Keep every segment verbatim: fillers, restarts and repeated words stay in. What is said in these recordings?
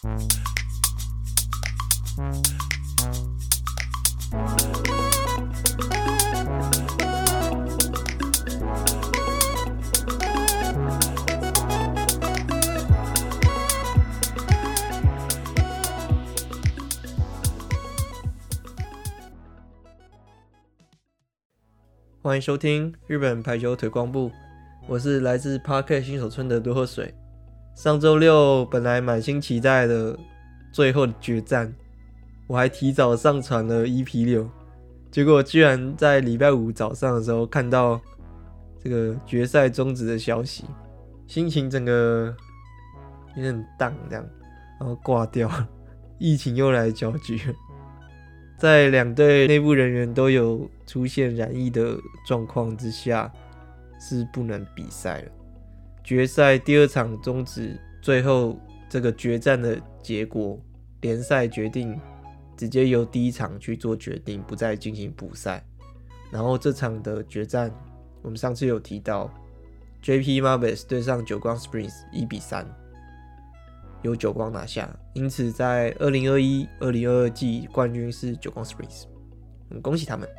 欢迎收听日本排球推广部，我是来自 Podcast 新手村的多喝水。上周六本来满心期待的最后的决战，我还提早上传了 E P 六， 结果居然在礼拜五早上的时候看到这个决赛终止的消息，心情整个有点荡这样，然后挂掉了，疫情又来搅局了。在两队内部人员都有出现染疫的状况之下，是不能比赛了。决赛第二场终止，最后这个决战的结果，联赛决定直接由第一场去做决定，不再进行补赛。然后这场的决战，我们上次有提到 J P Marbles 对上久光 Springs 一比三，由久光拿下，因此在二零二一二零二二季冠军是久光 Springs， 我们恭喜他们。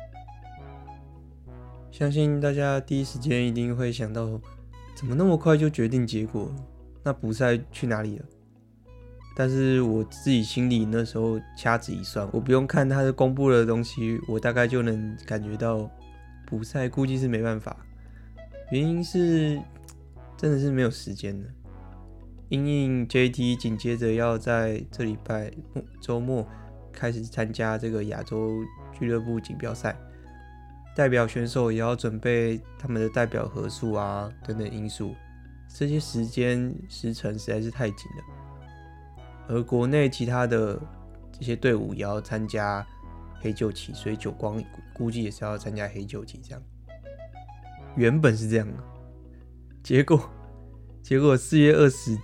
相信大家第一时间一定会想到，怎么那么快就决定结果？那补赛去哪里了？但是我自己心里那时候掐指一算，我不用看他的公布的东西，我大概就能感觉到补赛估计是没办法。原因是真的是没有时间了。因应 J T 紧接着要在这礼拜周末开始参加这个亚洲俱乐部锦标赛，代表选手也要准备他们的代表合数啊等等因素，这些时间时程实在是太紧了。而国内其他的这些队伍也要参加黑旧期，所以久光估计也是要参加黑旧期这样。原本是这样的，结果结果四月二十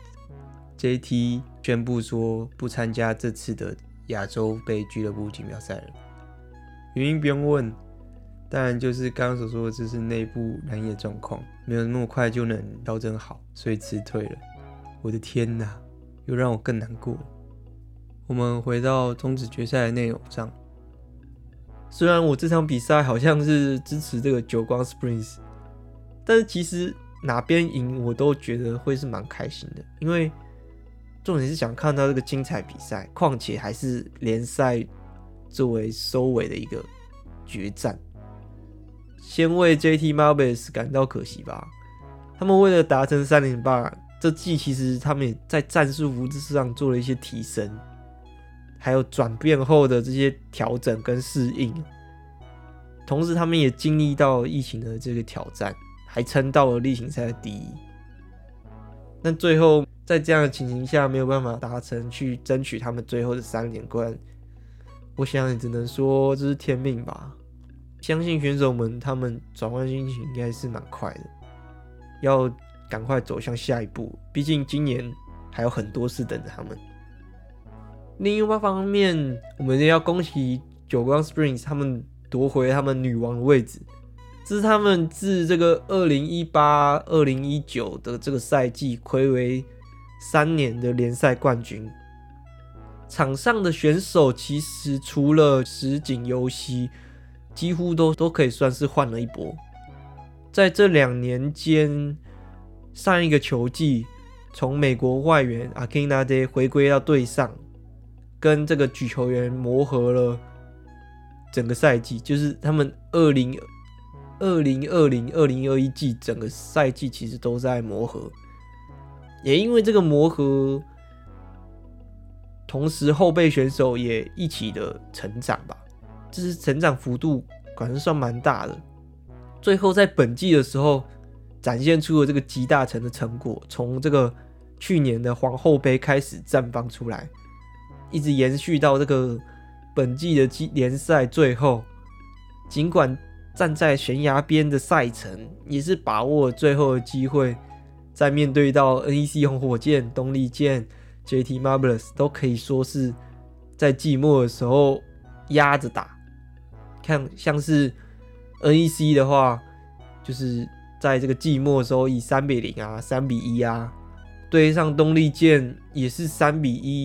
J T 宣布说不参加这次的亚洲杯俱乐部锦标赛了。原因不用问，当然就是刚刚所说的，这是内部染疫的状况，没有那么快就能调整好，所以辞退了。我的天哪，又让我更难过。我们回到终止决赛的内容上，虽然我这场比赛好像是支持这个久光 Springs， 但是其实哪边赢我都觉得会是蛮开心的，因为重点是想看到这个精彩比赛，况且还是联赛作为收尾的一个决战。先为 J T Marbles 感到可惜吧，他们为了达成三连霸，这季其实他们也在战术服制上做了一些提升，还有转变后的这些调整跟适应，同时他们也经历到疫情的这个挑战，还撑到了例行赛的第一。但最后在这样的情形下没有办法达成去争取他们最后的三连冠，我想也只能说这是天命吧。相信选手们他们转换心情应该是蛮快的，要赶快走向下一步，毕竟今年还有很多事等着他们。另一方面，我们也要恭喜久光 Springs 他们夺回他们女王的位置，这是他们自这个二零一八二零一九的这个赛季睽违三年的联赛冠军。场上的选手其实除了石井优希，几乎 都, 都可以算是换了一波。在这两年间，上一个球季从美国外援 Akinade 回归到队上，跟这个举球员磨合了整个赛季，就是他们二零二零二零二零二一季整个赛季其实都在磨合。也因为这个磨合，同时后备选手也一起的成长吧，这是成长幅度可能算蛮大的。最后在本季的时候展现出了这个集大成的成果，从这个去年的皇后杯开始绽放出来，一直延续到这个本季的联赛最后，尽管站在悬崖边的赛程，也是把握了最后的机会，在面对到 N E C 红火箭、东丽箭、J T Marbles 都可以说是在季末的时候压着打。看像是 N E C 的话，就是在这个季末的时候以三比零啊、三比一啊，对上东丽箭也是三比一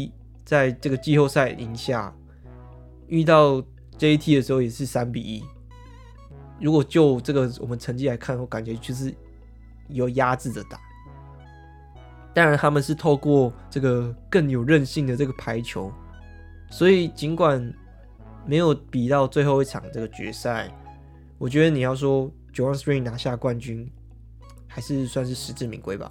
在这个季后赛赢下，遇到 J T 的时候也是三比一。如果就这个我们成绩来看，我感觉就是有压制着打。当然他们是透过这个更有韧性的这个排球，所以尽管没有比到最后一场这个决赛，我觉得你要说九 Spring 拿下冠军，还是算是实至名归吧。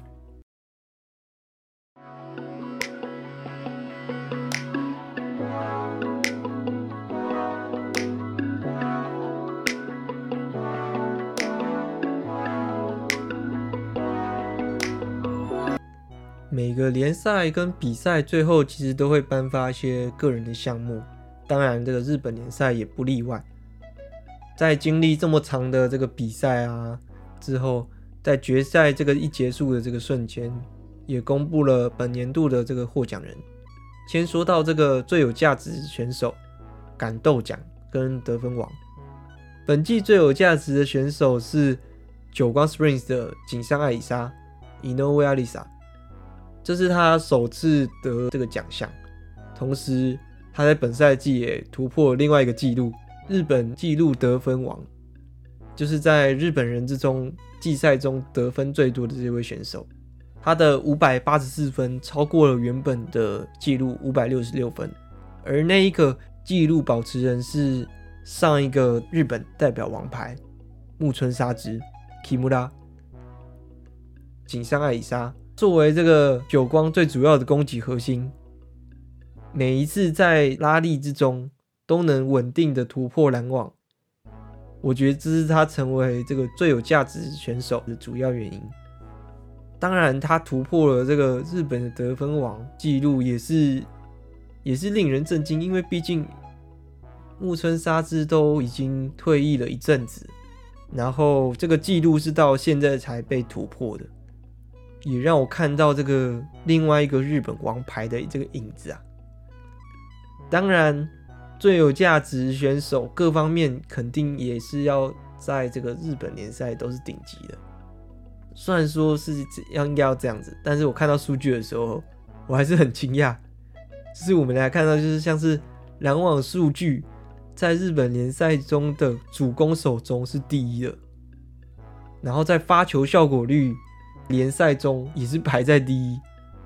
每个联赛跟比赛最后其实都会颁发一些个人的项目，当然这个日本联赛也不例外。在经历这么长的这个比赛啊之后，在决赛这个一结束的这个瞬间，也公布了本年度的这个获奖人。先说到这个最有价值选手感斗奖跟得分王，本季最有价值的选手是久光 Springs 的井上爱里沙 Inoue Alisa， 这是他首次得这个奖项，同时他在本赛季也突破另外一个纪录，日本纪录得分王，就是在日本人之中季赛中得分最多的这位选手。他的五百八十四分超过了原本的纪录五百六十六分，而那一个纪录保持人是上一个日本代表王牌木村沙织 Kimura。 井上爱里沙作为这个久光最主要的攻击核心，每一次在拉力之中都能稳定的突破拦网，我觉得这是他成为这个最有价值选手的主要原因。当然他突破了这个日本的得分王纪录也是也是令人震惊，因为毕竟木村沙织都已经退役了一阵子，然后这个纪录是到现在才被突破的，也让我看到这个另外一个日本王牌的这个影子啊。当然最有价值选手各方面肯定也是要在这个日本联赛都是顶级的，虽然说是应该要这样子，但是我看到数据的时候我还是很惊讶，就是我们来看到就是像是拦网数据在日本联赛中的主攻手中是第一的，然后在发球效果率联赛中也是排在第一。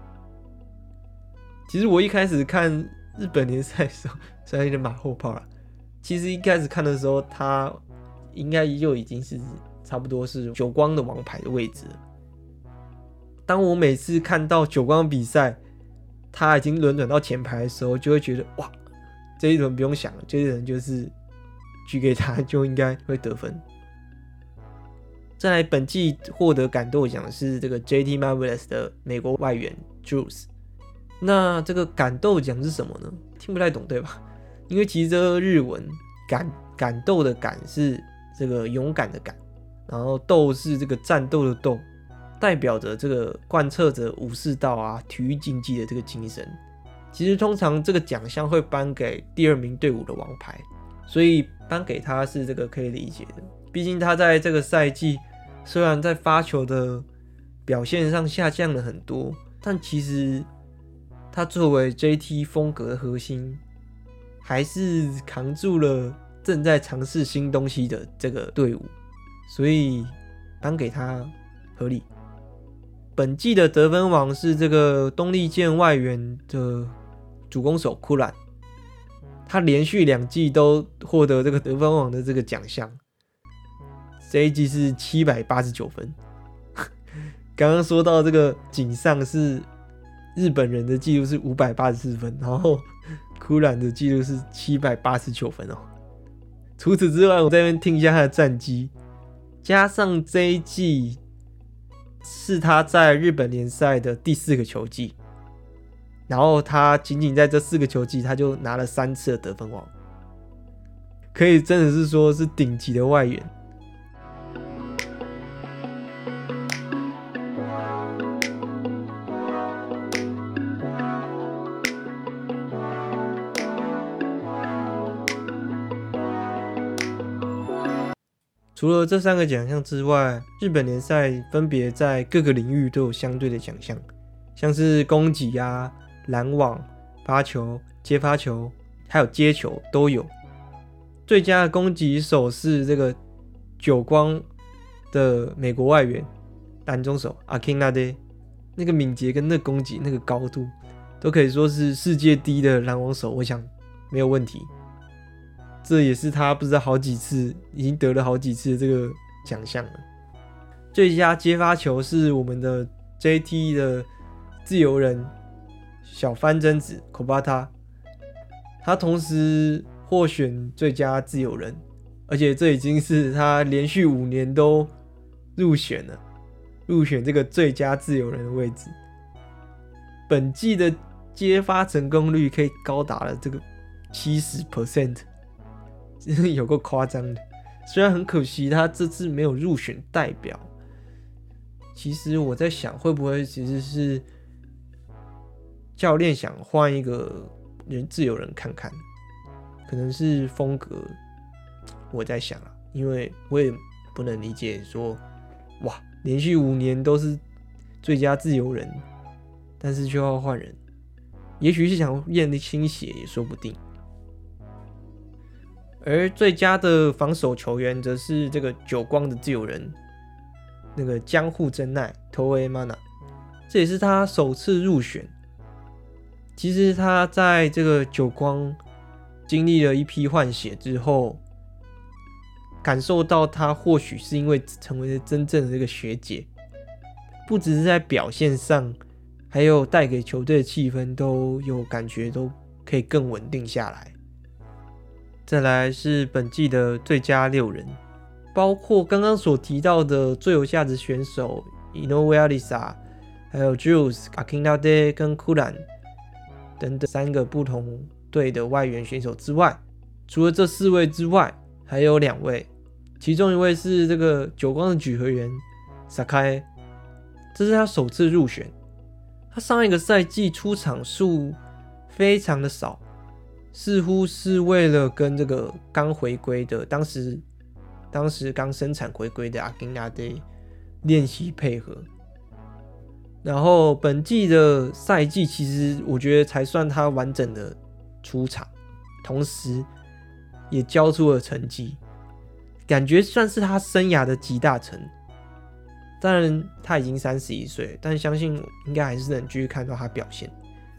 其实我一开始看日本联赛的时候虽然有点马后炮啦，其实一开始看的时候他应该就已经是差不多是久光的王牌的位置了。当我每次看到久光比赛他已经轮转到前排的时候，就会觉得哇，这一轮不用想了，这一轮就是举给他就应该会得分。再来本季获得感斗奖的是这个 J T Marvelous 的美国外援 Juice。 那这个感斗奖是什么呢？听不太懂对吧？因为其实这个日文感感斗的感是这个勇敢的感，然后斗是这个战斗的斗，代表着这个贯彻着武士道啊体育竞技的这个精神。其实通常这个奖项会颁给第二名队伍的王牌，所以颁给他是这个可以理解的。毕竟他在这个赛季虽然在发球的表现上下降了很多，但其实他作为 J T 风格的核心，还是扛住了正在尝试新东西的这个队伍，所以颁给他合理。本季的得分王是这个东丽箭外援的主攻手库兰，他连续两季都获得这个得分王的这个奖项，这一季是七百八十九分。刚刚说到这个井上是日本人的记录是五百八十四分，然后库兰的记录是七百八十九分哦。除此之外，我在这边听一下他的战绩，加上这一季是他在日本联赛的第四个球季，然后他仅仅在这四个球季他就拿了三次的得分王，可以真的是说是顶级的外援。除了这三个奖项之外，日本联赛分别在各个领域都有相对的奖项，像是攻击啊、拦网、 发球、接发球，还有接球都有。最佳的攻击手是这个久光的美国外援蓝中手阿金纳德，那个敏捷跟那个攻击那个高度，都可以说是世界第一的篮网手，我想没有问题。这也是他不知道好几次，已经得了好几次的这个奖项了。最佳接发球是我们的 J T 的自由人小番贞子 Kobata， 他同时获选最佳自由人，而且这已经是他连续五年都入选了，入选这个最佳自由人的位置。本季的接发成功率可以高达了这个 百分之七十， 真的有够夸张的。虽然很可惜他这次没有入选代表，其实我在想会不会其实是教练想换一个人自由人看看，可能是风格，我在想啦，因为我也不能理解说，哇，连续五年都是最佳自由人，但是就要换人，也许是想验新血也说不定。而最佳的防守球员则是这个久光的自由人，那个江户真奈 Toei Mana， 这也是他首次入选。其实他在这个久光经历了一批换血之后，感受到他或许是因为成为了真正的这个学姐，不只是在表现上，还有带给球队的气氛都有感觉都可以更稳定下来。再来是本季的最佳六人，包括刚刚所提到的最有价值选手 Inoue Arisa， 还有 Jules、Akinade 跟 Kuran 等等三个不同队的外援选手之外，除了这四位之外，还有两位，其中一位是这个久光的举球员 Sakai， 这是他首次入选。他上一个赛季出场数非常的少，似乎是为了跟这个刚回归的当时当时刚生产回归的阿金纳德练习配合。然后本季的赛季其实我觉得才算他完整的出场，同时也交出了成绩，感觉算是他生涯的集大成。当然他已经三十一岁，但相信应该还是能继续看到他表现。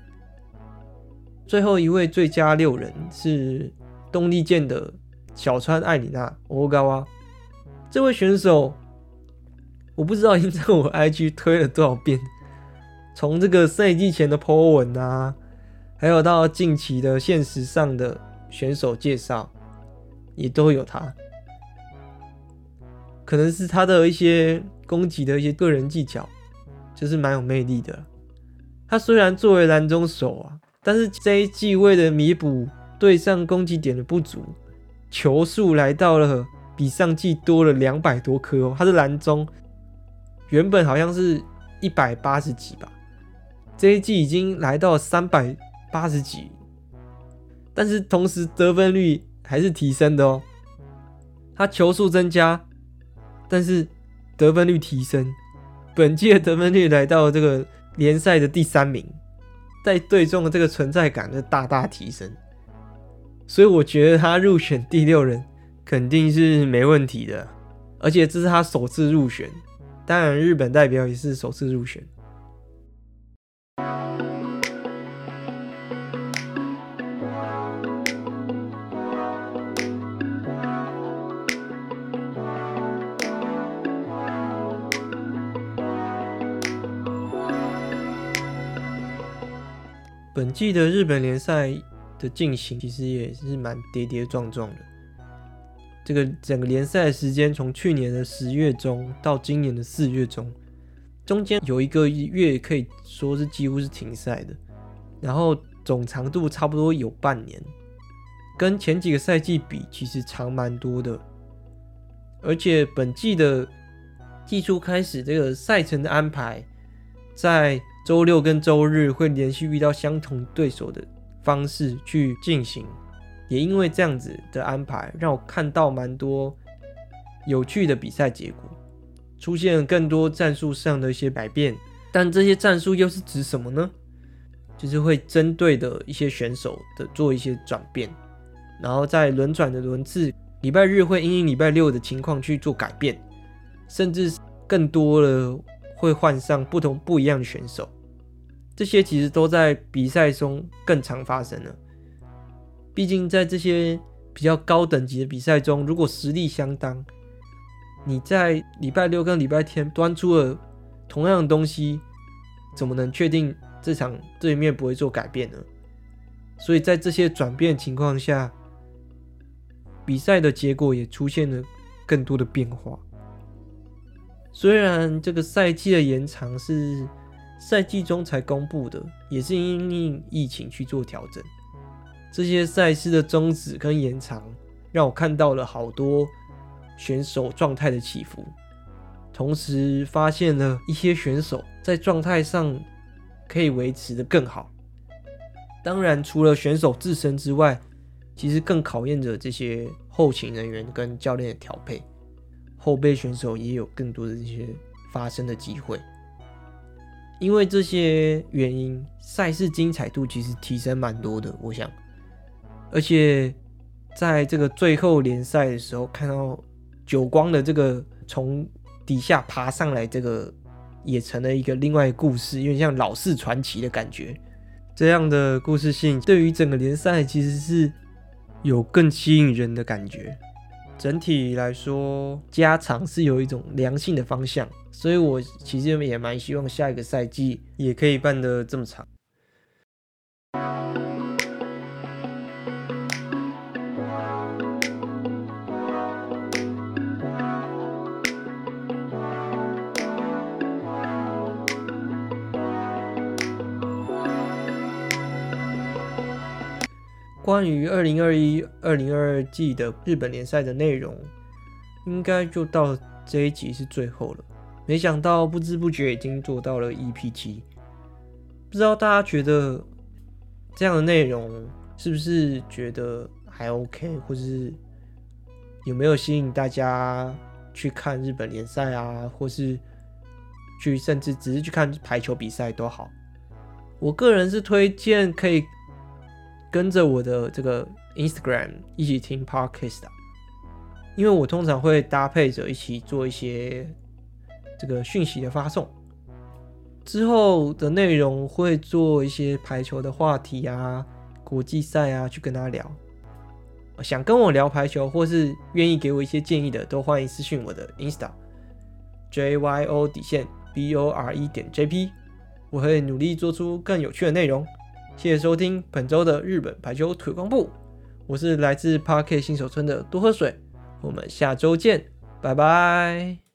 最后一位最佳六人是东丽箭的小川爱里娜 Ogawa， 这位选手我不知道已经在我 I G 推了多少遍，从这个赛季前的 po 文啊，还有到近期的现实上的选手介绍也都有他。可能是他的一些攻击的一些个人技巧就是蛮有魅力的。他虽然作为篮中手啊，但是这一季为了弥补对上攻击点的不足，球数来到了比上季多了两百多颗哦。他的篮中原本好像是一百八十几吧，这一季已经来到三百八十几，但是同时得分率还是提升的哦。他球数增加，但是得分率提升，本季的得分率来到这个联赛的第三名，在队中的这个存在感就大大提升，所以我觉得他入选第六人肯定是没问题的，而且这是他首次入选，当然日本代表也是首次入选。本季的日本联赛的进行其实也是蛮跌跌撞撞的，这个整个联赛的时间从去年的十月中到今年的四月中，中间有一个月可以说是几乎是停赛的，然后总长度差不多有半年，跟前几个赛季比其实长蛮多的。而且本季的季初开始，这个赛程的安排在周六跟周日会连续遇到相同对手的方式去进行，也因为这样子的安排，让我看到蛮多有趣的比赛结果，出现了更多战术上的一些改变。但这些战术又是指什么呢？ 就是会针对的一些选手的做一些转变，然后在轮转的轮次，礼拜日会因应礼拜六的情况去做改变，甚至更多的会换上不同不一样的选手。这些其实都在比赛中更常发生了。毕竟在这些比较高等级的比赛中，如果实力相当，你在礼拜六跟礼拜天端出了同样的东西，怎么能确定这场对面不会做改变呢？所以在这些转变的情况下，比赛的结果也出现了更多的变化。虽然这个赛季的延长是赛季中才公布的，也是因应疫情去做调整。这些赛事的终止跟延长，让我看到了好多选手状态的起伏，同时发现了一些选手在状态上可以维持得更好。当然，除了选手自身之外，其实更考验着这些后勤人员跟教练的调配，后备选手也有更多的这些发生的机会。因为这些原因，赛事精彩度其实提升蛮多的，我想。而且在这个最后联赛的时候，看到久光的这个从底下爬上来，这个也成了一个另外一个故事，有点像老式传奇的感觉。这样的故事性对于整个联赛其实是有更吸引人的感觉。整体来说，加长是有一种良性的方向，所以我其实也蛮希望下一个赛季也可以办得这么长。关于二零二一二零二二 季的日本联赛的内容，应该就到这一集是最后了。没想到不知不觉已经做到了 E P 七， 不知道大家觉得这样的内容是不是觉得还 OK， 或是有没有吸引大家去看日本联赛啊，或是去甚至只是去看排球比赛都好。我个人是推荐可以跟着我的这个 Instagram 一起听 Podcast 啊，因为我通常会搭配着一起做一些这个讯息的发送。之后的内容会做一些排球的话题啊、国际赛啊，去跟他聊。想跟我聊排球或是愿意给我一些建议的，都欢迎私讯我的 Insta J Y O 底线 B O R E 点 J P， 我会努力做出更有趣的内容。谢谢收听本周的日本排球推广部，我是来自 Park 新手村的多喝水，我们下周见，拜拜。